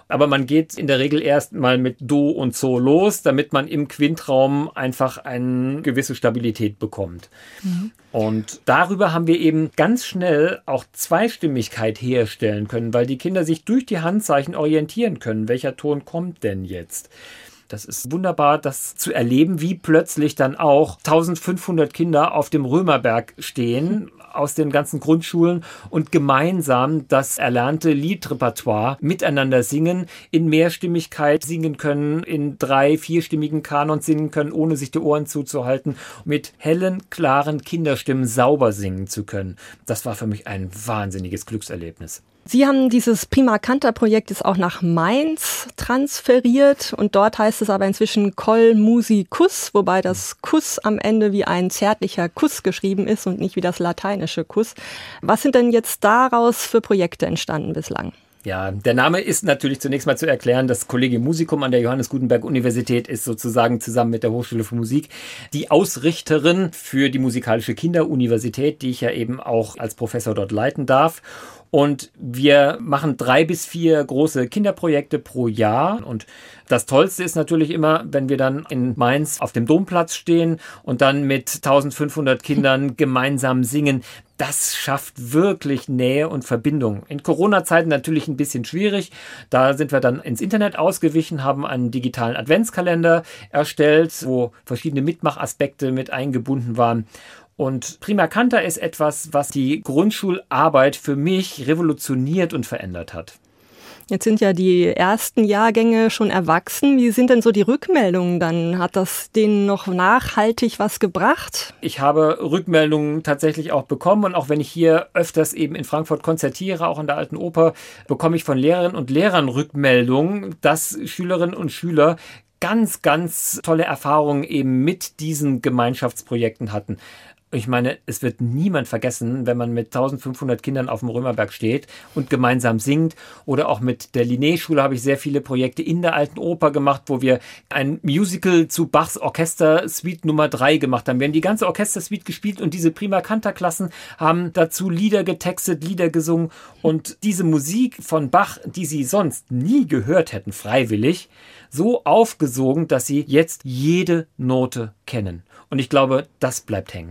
Aber man geht in der Regel erst mal mit Do und So los, damit man im Quintraum einfach eine gewisse Stabilität bekommt. Mhm. Und darüber haben wir eben ganz schnell auch Zweistimmigkeit herstellen können, weil die Kinder sich durch die Handzeichen orientieren können. Welcher Ton kommt denn jetzt? Das ist wunderbar, das zu erleben, wie plötzlich dann auch eintausendfünfhundert Kinder auf dem Römerberg stehen aus den ganzen Grundschulen und gemeinsam das erlernte Liedrepertoire miteinander singen, in Mehrstimmigkeit singen können, in drei-, vierstimmigen Kanons singen können, ohne sich die Ohren zuzuhalten, mit hellen, klaren Kinderstimmen sauber singen zu können. Das war für mich ein wahnsinniges Glückserlebnis. Sie haben dieses Prima Canta-Projekt jetzt auch nach Mainz transferiert und dort heißt es aber inzwischen Col Musicus, wobei das Kuss am Ende wie ein zärtlicher Kuss geschrieben ist und nicht wie das lateinische Kuss. Was sind denn jetzt daraus für Projekte entstanden bislang? Ja, der Name ist natürlich zunächst mal zu erklären. Das Collegium Musicum an der Johannes Gutenberg Universität ist sozusagen zusammen mit der Hochschule für Musik die Ausrichterin für die musikalische Kinderuniversität, die ich ja eben auch als Professor dort leiten darf. Und wir machen drei bis vier große Kinderprojekte pro Jahr. Und das Tollste ist natürlich immer, wenn wir dann in Mainz auf dem Domplatz stehen und dann mit eintausendfünfhundert Kindern gemeinsam singen. Das schafft wirklich Nähe und Verbindung. In Corona-Zeiten natürlich ein bisschen schwierig. Da sind wir dann ins Internet ausgewichen, haben einen digitalen Adventskalender erstellt, wo verschiedene Mitmachaspekte mit eingebunden waren. Und Prima Canta ist etwas, was die Grundschularbeit für mich revolutioniert und verändert hat. Jetzt sind ja die ersten Jahrgänge schon erwachsen. Wie sind denn so die Rückmeldungen dann? Hat das denen noch nachhaltig was gebracht? Ich habe Rückmeldungen tatsächlich auch bekommen. Und auch wenn ich hier öfters eben in Frankfurt konzertiere, auch an der Alten Oper, bekomme ich von Lehrerinnen und Lehrern Rückmeldungen, dass Schülerinnen und Schüler ganz, ganz tolle Erfahrungen eben mit diesen Gemeinschaftsprojekten hatten. Ich meine, es wird niemand vergessen, wenn man mit eintausendfünfhundert Kindern auf dem Römerberg steht und gemeinsam singt. Oder auch mit der Linné-Schule habe ich sehr viele Projekte in der Alten Oper gemacht, wo wir ein Musical zu Bachs Orchester-Suite Nummer drei gemacht haben. Wir haben die ganze Orchester-Suite gespielt und diese Prima Canta-Klassen haben dazu Lieder getextet, Lieder gesungen. Und diese Musik von Bach, die sie sonst nie gehört hätten, freiwillig, so aufgesogen, dass sie jetzt jede Note kennen. Und ich glaube, das bleibt hängen.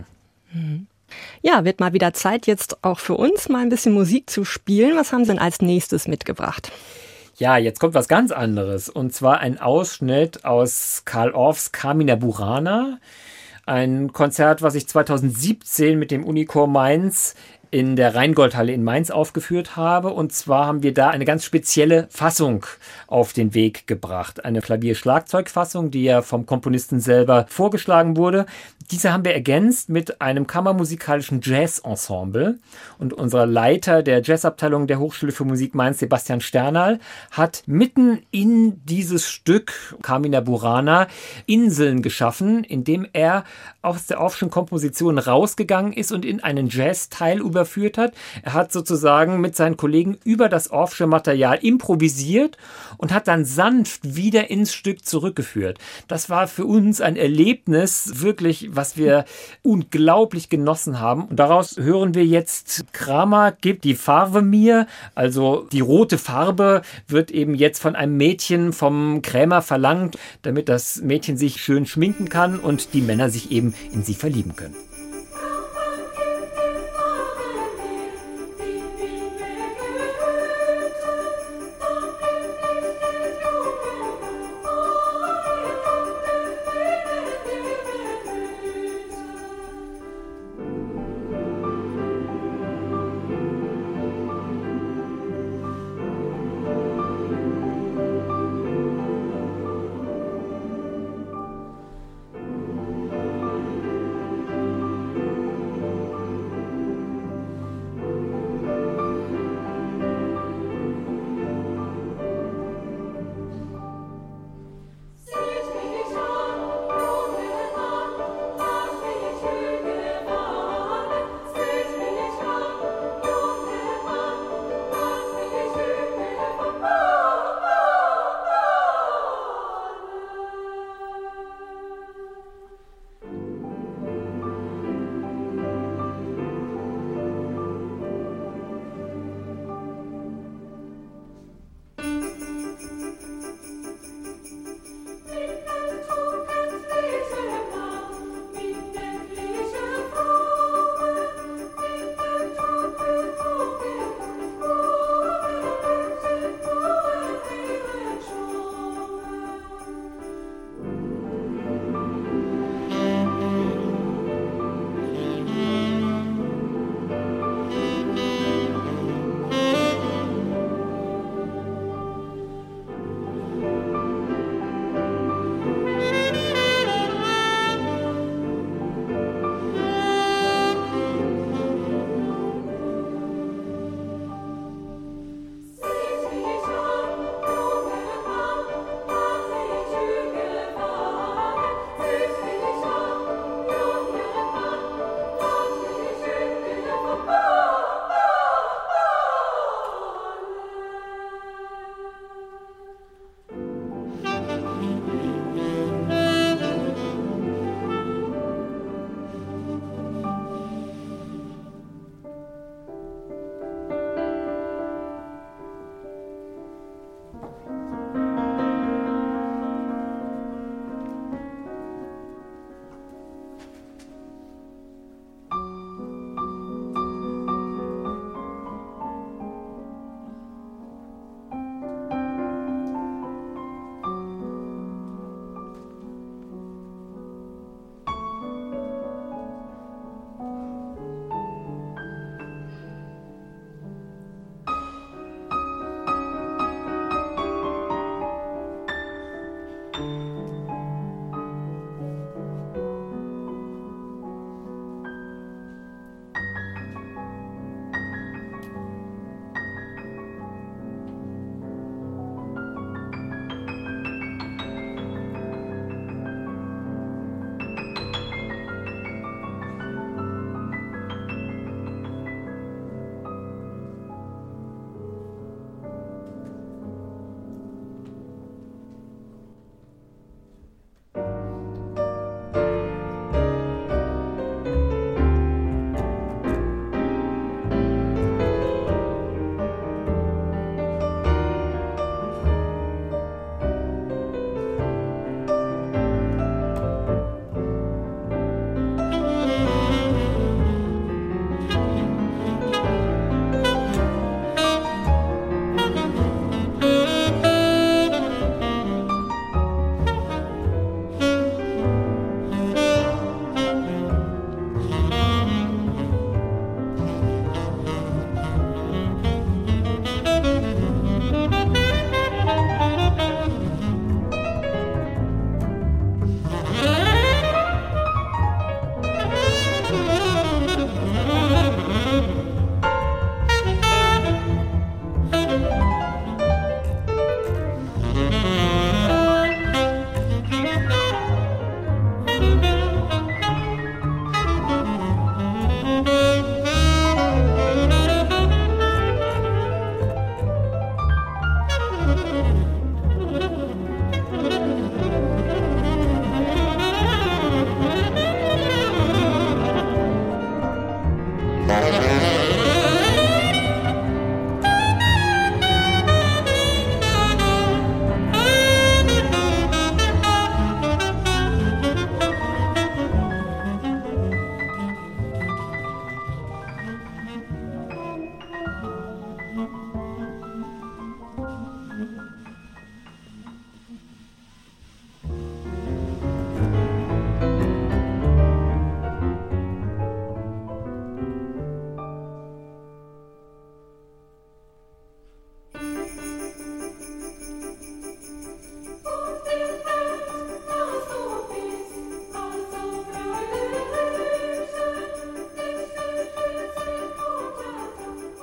Ja, wird mal wieder Zeit, jetzt auch für uns mal ein bisschen Musik zu spielen. Was haben Sie denn als nächstes mitgebracht? Ja, jetzt kommt was ganz anderes. Und zwar ein Ausschnitt aus Carl Orffs Carmina Burana. Ein Konzert, was ich zweitausendsiebzehn mit dem Unichor Mainz in der Rheingoldhalle in Mainz aufgeführt habe. Und zwar haben wir da eine ganz spezielle Fassung auf den Weg gebracht. Eine Klavier-Schlagzeug-Fassung, die ja vom Komponisten selber vorgeschlagen wurde. Diese haben wir ergänzt mit einem kammermusikalischen Jazz-Ensemble. Und unser Leiter der Jazzabteilung der Hochschule für Musik Mainz, Sebastian Sternal, hat mitten in dieses Stück Carmina Burana Inseln geschaffen, indem er aus der Orffschen Komposition rausgegangen ist und in einen Jazz-Teil überführt hat. Er hat sozusagen mit seinen Kollegen über das Orffsche Material improvisiert und hat dann sanft wieder ins Stück zurückgeführt. Das war für uns ein Erlebnis, wirklich, was wir unglaublich genossen haben. Und daraus hören wir jetzt: Kramer gibt die Farbe mir. Also die rote Farbe wird eben jetzt von einem Mädchen vom Krämer verlangt, damit das Mädchen sich schön schminken kann und die Männer sich eben in sie verlieben können.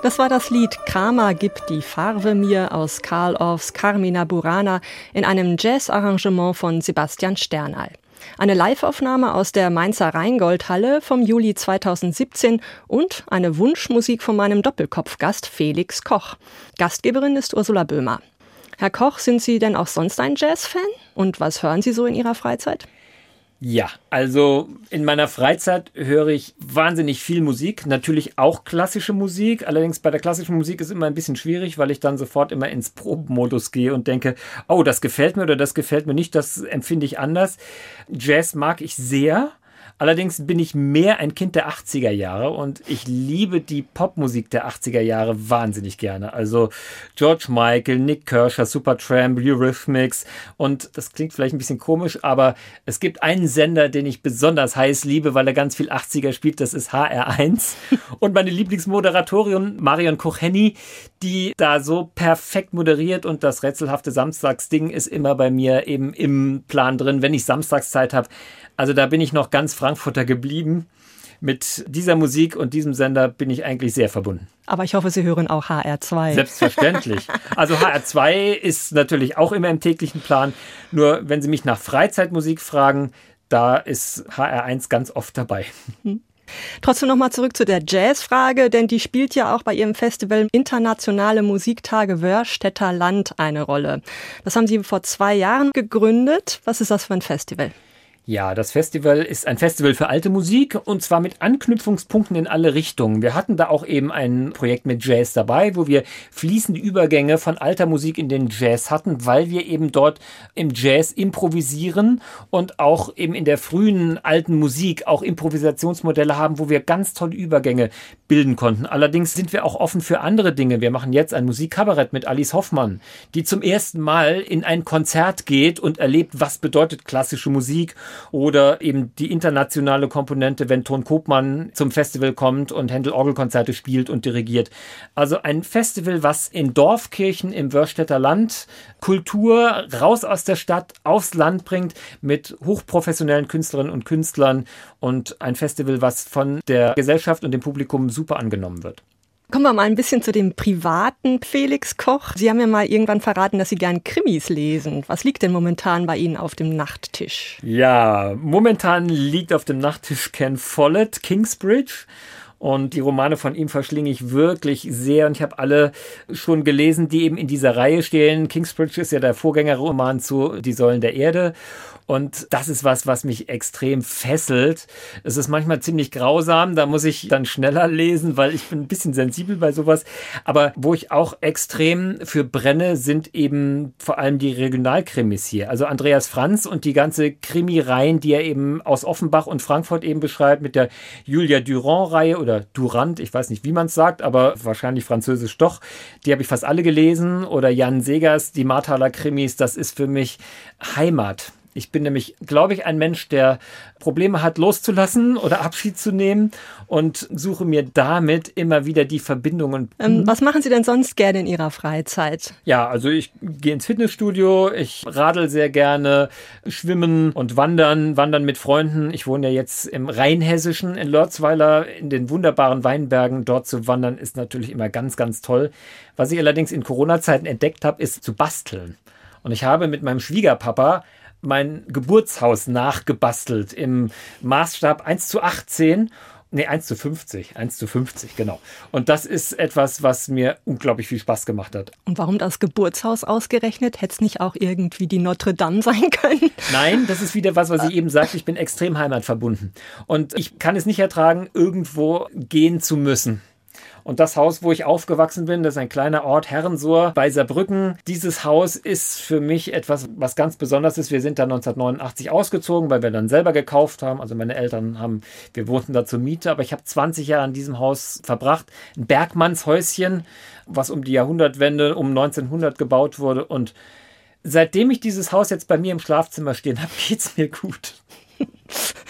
Das war das Lied Kramer gibt die Farbe mir aus Carl Orffs Carmina Burana in einem Jazz-Arrangement von Sebastian Sternal. Eine Live-Aufnahme aus der Mainzer Rheingoldhalle vom Juli zweitausendsiebzehn und eine Wunschmusik von meinem Doppelkopfgast Felix Koch. Gastgeberin ist Ursula Böhmer. Herr Koch, sind Sie denn auch sonst ein Jazz-Fan? Und was hören Sie so in Ihrer Freizeit? Ja, also in meiner Freizeit höre ich wahnsinnig viel Musik, natürlich auch klassische Musik. Allerdings bei der klassischen Musik ist immer ein bisschen schwierig, weil ich dann sofort immer ins Probenmodus gehe und denke, oh, das gefällt mir oder das gefällt mir nicht, das empfinde ich anders. Jazz mag ich sehr. Allerdings bin ich mehr ein Kind der achtziger Jahre und ich liebe die Popmusik der achtziger Jahre wahnsinnig gerne. Also George Michael, Nick Kershaw, Supertramp, Eurythmics und das klingt vielleicht ein bisschen komisch, aber es gibt einen Sender, den ich besonders heiß liebe, weil er ganz viel achtziger spielt, das ist H R eins. Und meine Lieblingsmoderatorin Marion Koch-Henny, die da so perfekt moderiert und das rätselhafte Samstagsding ist immer bei mir eben im Plan drin, wenn ich Samstagszeit habe. Also da bin ich noch ganz Frankfurter geblieben. Mit dieser Musik und diesem Sender bin ich eigentlich sehr verbunden. Aber ich hoffe, Sie hören auch H R zwei. Selbstverständlich. Also H R zwei ist natürlich auch immer im täglichen Plan. Nur wenn Sie mich nach Freizeitmusik fragen, da ist H R eins ganz oft dabei. Hm. Trotzdem nochmal zurück zu der Jazzfrage, denn die spielt ja auch bei Ihrem Festival Internationale Musiktage Wörstädter Land eine Rolle. Das haben Sie vor zwei Jahren gegründet. Was ist das für ein Festival? Ja, das Festival ist ein Festival für alte Musik und zwar mit Anknüpfungspunkten in alle Richtungen. Wir hatten da auch eben ein Projekt mit Jazz dabei, wo wir fließende Übergänge von alter Musik in den Jazz hatten, weil wir eben dort im Jazz improvisieren und auch eben in der frühen alten Musik auch Improvisationsmodelle haben, wo wir ganz tolle Übergänge bilden konnten. Allerdings sind wir auch offen für andere Dinge. Wir machen jetzt ein Musikkabarett mit Alice Hoffmann, die zum ersten Mal in ein Konzert geht und erlebt, was bedeutet klassische Musik. Oder eben die internationale Komponente, wenn Ton Koopmann zum Festival kommt und Händel Orgelkonzerte spielt und dirigiert. Also ein Festival, was in Dorfkirchen im Wörstädter Land Kultur raus aus der Stadt aufs Land bringt mit hochprofessionellen Künstlerinnen und Künstlern und ein Festival, was von der Gesellschaft und dem Publikum super angenommen wird. Kommen wir mal ein bisschen zu dem privaten Felix Koch. Sie haben ja mal irgendwann verraten, dass Sie gern Krimis lesen. Was liegt denn momentan bei Ihnen auf dem Nachttisch? Ja, momentan liegt auf dem Nachttisch Ken Follett, Kingsbridge. Und die Romane von ihm verschlinge ich wirklich sehr. Und ich habe alle schon gelesen, die eben in dieser Reihe stehen. Kingsbridge ist ja der Vorgängerroman zu Die Säulen der Erde. Und das ist was, was mich extrem fesselt. Es ist manchmal ziemlich grausam, da muss ich dann schneller lesen, weil ich bin ein bisschen sensibel bei sowas. Aber wo ich auch extrem für brenne, sind eben vor allem die Regionalkrimis hier. Also Andreas Franz und die ganze Krimireihen, die er eben aus Offenbach und Frankfurt eben beschreibt, mit der Julia Durand-Reihe oder Durand, ich weiß nicht, wie man es sagt, aber wahrscheinlich französisch doch. Die habe ich fast alle gelesen. Oder Jan Segers, die Marthaler Krimis, das ist für mich Heimat. Ich bin nämlich, glaube ich, ein Mensch, der Probleme hat, loszulassen oder Abschied zu nehmen und suche mir damit immer wieder die Verbindungen. Ähm, was machen Sie denn sonst gerne in Ihrer Freizeit? Ja, also ich gehe ins Fitnessstudio, ich radel sehr gerne, schwimmen und wandern, wandern mit Freunden. Ich wohne ja jetzt im Rheinhessischen in Lörzweiler in den wunderbaren Weinbergen. Dort zu wandern ist natürlich immer ganz, ganz toll. Was ich allerdings in Corona-Zeiten entdeckt habe, ist zu basteln. Und ich habe mit meinem Schwiegerpapa mein Geburtshaus nachgebastelt im Maßstab eins zu achtzehn. Nee, eins zu fünfzig. eins zu fünfzig, genau. Und das ist etwas, was mir unglaublich viel Spaß gemacht hat. Und warum das Geburtshaus ausgerechnet? Hätte es nicht auch irgendwie die Notre Dame sein können? Nein, das ist wieder was, was ich eben sagte. Ich bin extrem heimatverbunden. Und ich kann es nicht ertragen, irgendwo gehen zu müssen. Und das Haus, wo ich aufgewachsen bin, das ist ein kleiner Ort, Herrensohr bei Saarbrücken. Dieses Haus ist für mich etwas, was ganz besonders ist. Wir sind da neunzehnhundertneunundachtzig ausgezogen, weil wir dann selber gekauft haben. Also meine Eltern haben, wir wohnten da zur Miete, aber ich habe zwanzig Jahre in diesem Haus verbracht. Ein Bergmannshäuschen, was um die Jahrhundertwende, um neunzehnhundert gebaut wurde. Und seitdem ich dieses Haus jetzt bei mir im Schlafzimmer stehen habe, geht's mir gut.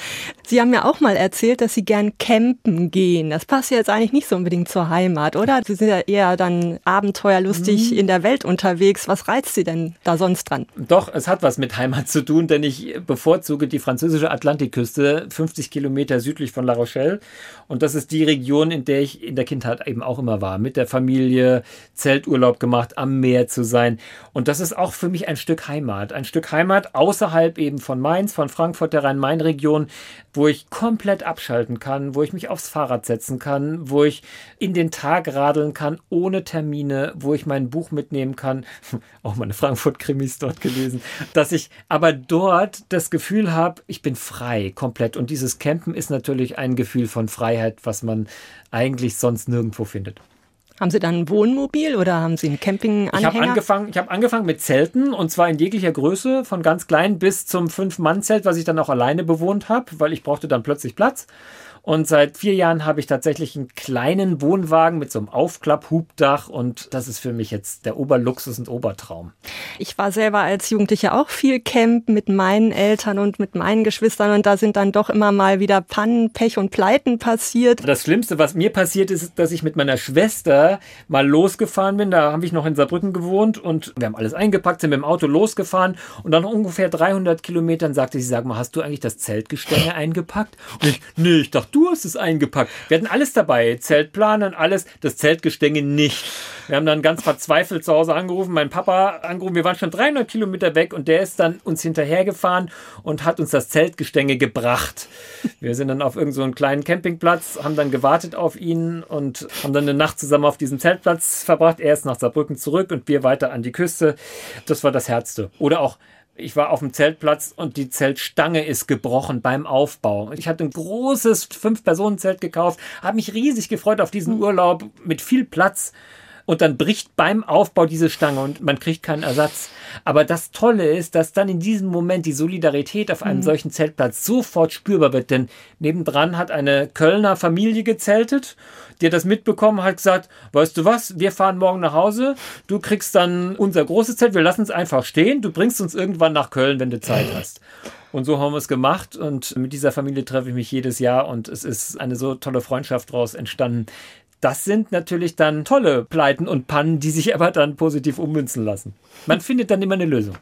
Sie haben ja auch mal erzählt, dass Sie gern campen gehen. Das passt ja jetzt eigentlich nicht so unbedingt zur Heimat, oder? Sie sind ja eher dann abenteuerlustig mhm. in der Welt unterwegs. Was reizt Sie denn da sonst dran? Doch, es hat was mit Heimat zu tun, denn ich bevorzuge die französische Atlantikküste, fünfzig Kilometer südlich von La Rochelle. Und das ist die Region, in der ich in der Kindheit eben auch immer war. Mit der Familie, Zelturlaub gemacht, am Meer zu sein. Und das ist auch für mich ein Stück Heimat. Ein Stück Heimat außerhalb eben von Mainz, von Frankfurt, der Rhein-Main-Region, wo ich komplett abschalten kann, wo ich mich aufs Fahrrad setzen kann, wo ich in den Tag radeln kann, ohne Termine, wo ich mein Buch mitnehmen kann, auch meine Frankfurt-Krimis dort gelesen, dass ich aber dort das Gefühl habe, ich bin frei, komplett. Und dieses Campen ist natürlich ein Gefühl von Freiheit, was man eigentlich sonst nirgendwo findet. Haben Sie dann ein Wohnmobil oder haben Sie einen Campinganhänger? Ich habe angefangen, ich habe angefangen mit Zelten, und zwar in jeglicher Größe, von ganz klein bis zum Fünf-Mann-Zelt, was ich dann auch alleine bewohnt habe, weil ich brauchte dann plötzlich Platz. Und seit vier Jahren habe ich tatsächlich einen kleinen Wohnwagen mit so einem Aufklapp-Hubdach, und das ist für mich jetzt der Oberluxus und Obertraum. Ich war selber als Jugendliche auch viel campen mit meinen Eltern und mit meinen Geschwistern, und da sind dann doch immer mal wieder Pannen, Pech und Pleiten passiert. Das Schlimmste, was mir passiert ist, ist, dass ich mit meiner Schwester mal losgefahren bin. Da habe ich noch in Saarbrücken gewohnt und wir haben alles eingepackt, sind mit dem Auto losgefahren, und dann ungefähr dreihundert Kilometern sagte sie, sag mal, hast du eigentlich das Zeltgestänge eingepackt? Und ich, nee, ich dachte, du hast es eingepackt. Wir hatten alles dabei, Zeltplanen, alles, das Zeltgestänge nicht. Wir haben dann ganz verzweifelt zu Hause angerufen, meinen Papa angerufen, wir waren schon dreihundert Kilometer weg, und der ist dann uns hinterhergefahren und hat uns das Zeltgestänge gebracht. Wir sind dann auf irgendeinen so einen kleinen Campingplatz, haben dann gewartet auf ihn und haben dann eine Nacht zusammen auf diesem Zeltplatz verbracht. Er ist nach Saarbrücken zurück und wir weiter an die Küste. Das war das Herzste. Oder auch, ich war auf dem Zeltplatz und die Zeltstange ist gebrochen beim Aufbau. Ich hatte ein großes Fünf-Personen-Zelt gekauft, habe mich riesig gefreut auf diesen Urlaub mit viel Platz. Und dann bricht beim Aufbau diese Stange und man kriegt keinen Ersatz. Aber das Tolle ist, dass dann in diesem Moment die Solidarität auf einem mhm. solchen Zeltplatz sofort spürbar wird. Denn nebendran hat eine Kölner Familie gezeltet, die hat das mitbekommen, hat gesagt, weißt du was, wir fahren morgen nach Hause, du kriegst dann unser großes Zelt, wir lassen es einfach stehen, du bringst uns irgendwann nach Köln, wenn du Zeit hast. Und so haben wir es gemacht, und mit dieser Familie treffe ich mich jedes Jahr, und es ist eine so tolle Freundschaft daraus entstanden. Das sind natürlich dann tolle Pleiten und Pannen, die sich aber dann positiv ummünzen lassen. Man findet dann immer eine Lösung.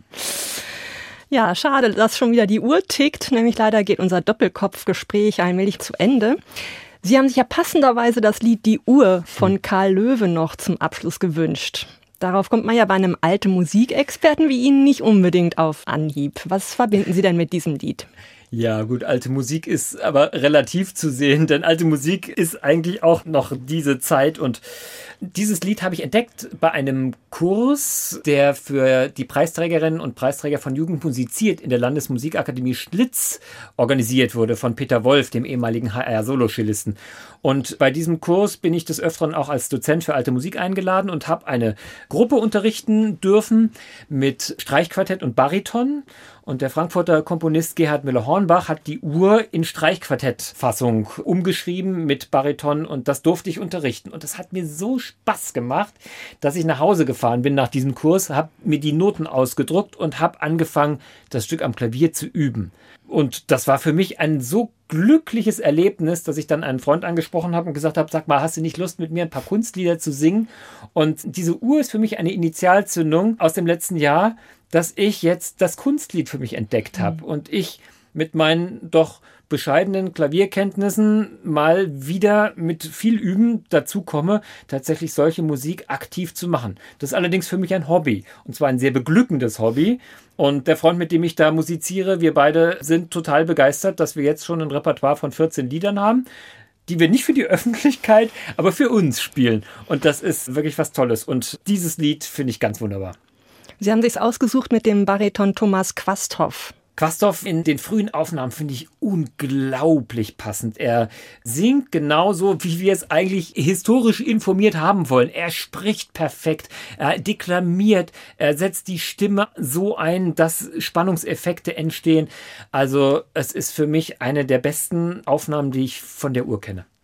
Ja, schade, dass schon wieder die Uhr tickt. Nämlich leider geht unser Doppelkopfgespräch allmählich zu Ende. Sie haben sich ja passenderweise das Lied Die Uhr von Karl Löwe noch zum Abschluss gewünscht. Darauf kommt man ja bei einem alten Musikexperten wie Ihnen nicht unbedingt auf Anhieb. Was verbinden Sie denn mit diesem Lied? Ja gut, alte Musik ist aber relativ zu sehen, denn alte Musik ist eigentlich auch noch diese Zeit, und dieses Lied habe ich entdeckt bei einem Kurs, der für die Preisträgerinnen und Preisträger von Jugend musiziert in der Landesmusikakademie Schlitz organisiert wurde von Peter Wolf, dem ehemaligen H R-Solo-Cellisten. Und bei diesem Kurs bin ich des Öfteren auch als Dozent für alte Musik eingeladen und habe eine Gruppe unterrichten dürfen mit Streichquartett und Bariton. Und der Frankfurter Komponist Gerhard Müller-Hornbach hat die Uhr in Streichquartettfassung umgeschrieben mit Bariton, und das durfte ich unterrichten. Und das hat mir so Spaß gemacht, dass ich nach Hause gefahren bin nach diesem Kurs, habe mir die Noten ausgedruckt und habe angefangen, das Stück am Klavier zu üben. Und das war für mich ein so glückliches Erlebnis, dass ich dann einen Freund angesprochen habe und gesagt habe, sag mal, hast du nicht Lust, mit mir ein paar Kunstlieder zu singen? Und diese Uhr ist für mich eine Initialzündung aus dem letzten Jahr, dass ich jetzt das Kunstlied für mich entdeckt habe. Mhm. Und ich mit meinen doch bescheidenen Klavierkenntnissen mal wieder mit viel Üben dazu komme, tatsächlich solche Musik aktiv zu machen. Das ist allerdings für mich ein Hobby, und zwar ein sehr beglückendes Hobby. Und der Freund, mit dem ich da musiziere, wir beide sind total begeistert, dass wir jetzt schon ein Repertoire von vierzehn Liedern haben, die wir nicht für die Öffentlichkeit, aber für uns spielen. Und das ist wirklich was Tolles. Und dieses Lied finde ich ganz wunderbar. Sie haben sich's ausgesucht mit dem Bariton Thomas Quasthoff. Quasthoff in den frühen Aufnahmen finde ich unglaublich passend. Er singt genauso, wie wir es eigentlich historisch informiert haben wollen. Er spricht perfekt, er deklamiert, er setzt die Stimme so ein, dass Spannungseffekte entstehen. Also es ist für mich eine der besten Aufnahmen, die ich von der Uhr kenne.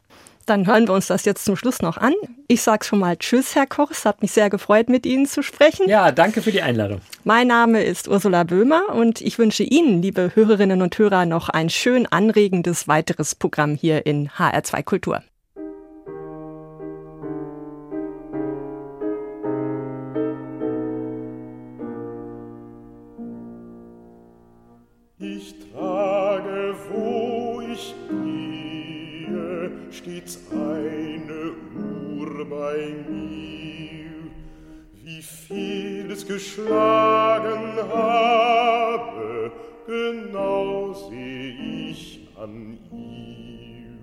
Dann hören wir uns das jetzt zum Schluss noch an. Ich sage schon mal Tschüss, Herr Koch. Es hat mich sehr gefreut, mit Ihnen zu sprechen. Ja, danke für die Einladung. Mein Name ist Ursula Böhmer und ich wünsche Ihnen, liebe Hörerinnen und Hörer, noch ein schön anregendes weiteres Programm hier in H R zwei Kultur. Ich trage, wo ich gehe, stets eine Uhr bei mir. Wie viel es geschlagen habe, genau seh ich an ihr.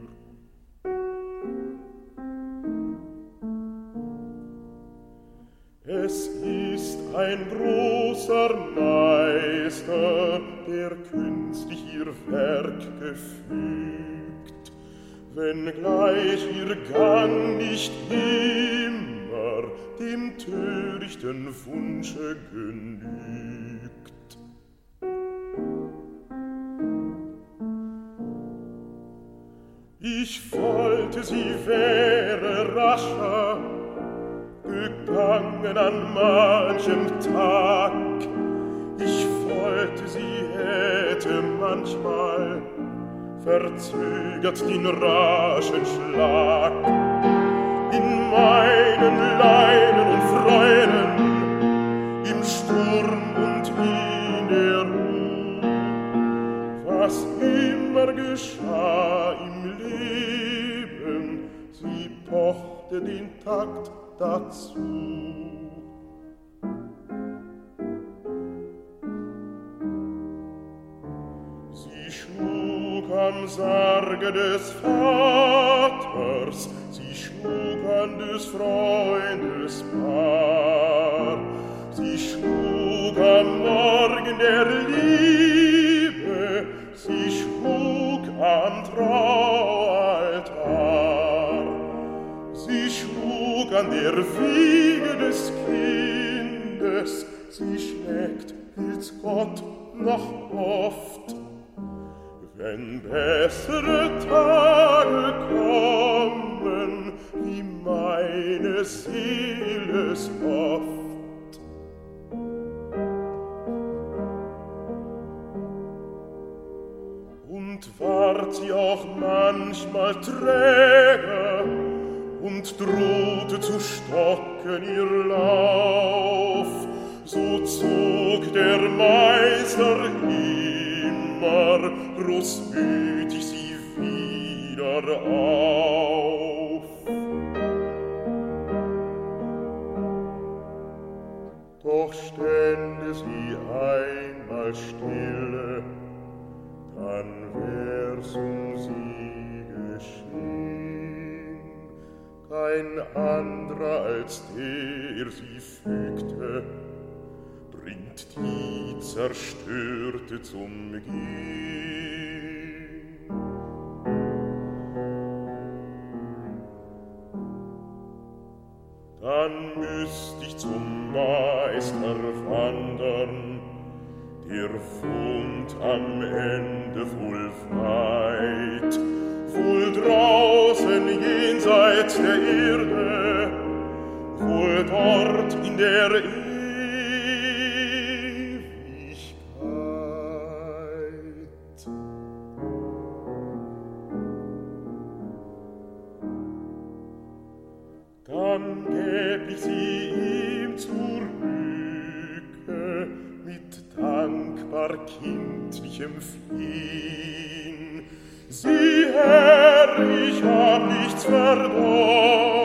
Es ist ein großer Meister, der künstlich ihr Werk gefügt, wenngleich ihr Gang nicht immer dem törichten Wunsche genügt. Ich wollte, sie wäre rascher gegangen an manchem Tag. Ich wollte, sie hätte manchmal verzögert den raschen Schlag. In meinen Leiden und Freuden, im Sturm und in der Ruhe, was immer geschah im Leben, sie pochte den Takt dazu. Sie schlug am Sarge des Vaters, sie schlug an des Freundes Paar, sie schlug am Morgen der Liebe, sie schlug am Traualtar, sie schlug an der Wiege des Kindes, sie schlägt, will's Gott noch oft. Wenn bessere Tage kommen, wie meine Seele es hofft. Und ward sie auch manchmal träge und drohte zu stocken ihr Lauf, so zog der Meister immer großmütig sie wieder auf. Doch stände sie einmal stille, dann wär's um sie geschehen. Kein anderer als der sie fügte, bringt die Zerstörte zum Gehen. Dann müsst ich zum Meister wandern, der wohnt am Ende wohl weit, wohl draußen jenseits der Erde, wohl dort in der Ewigkeit. Dann gäb ich sie ihm zurücke mit dankbar kindlichem Flehen. Sieh, Herr, ich hab nichts verdorben,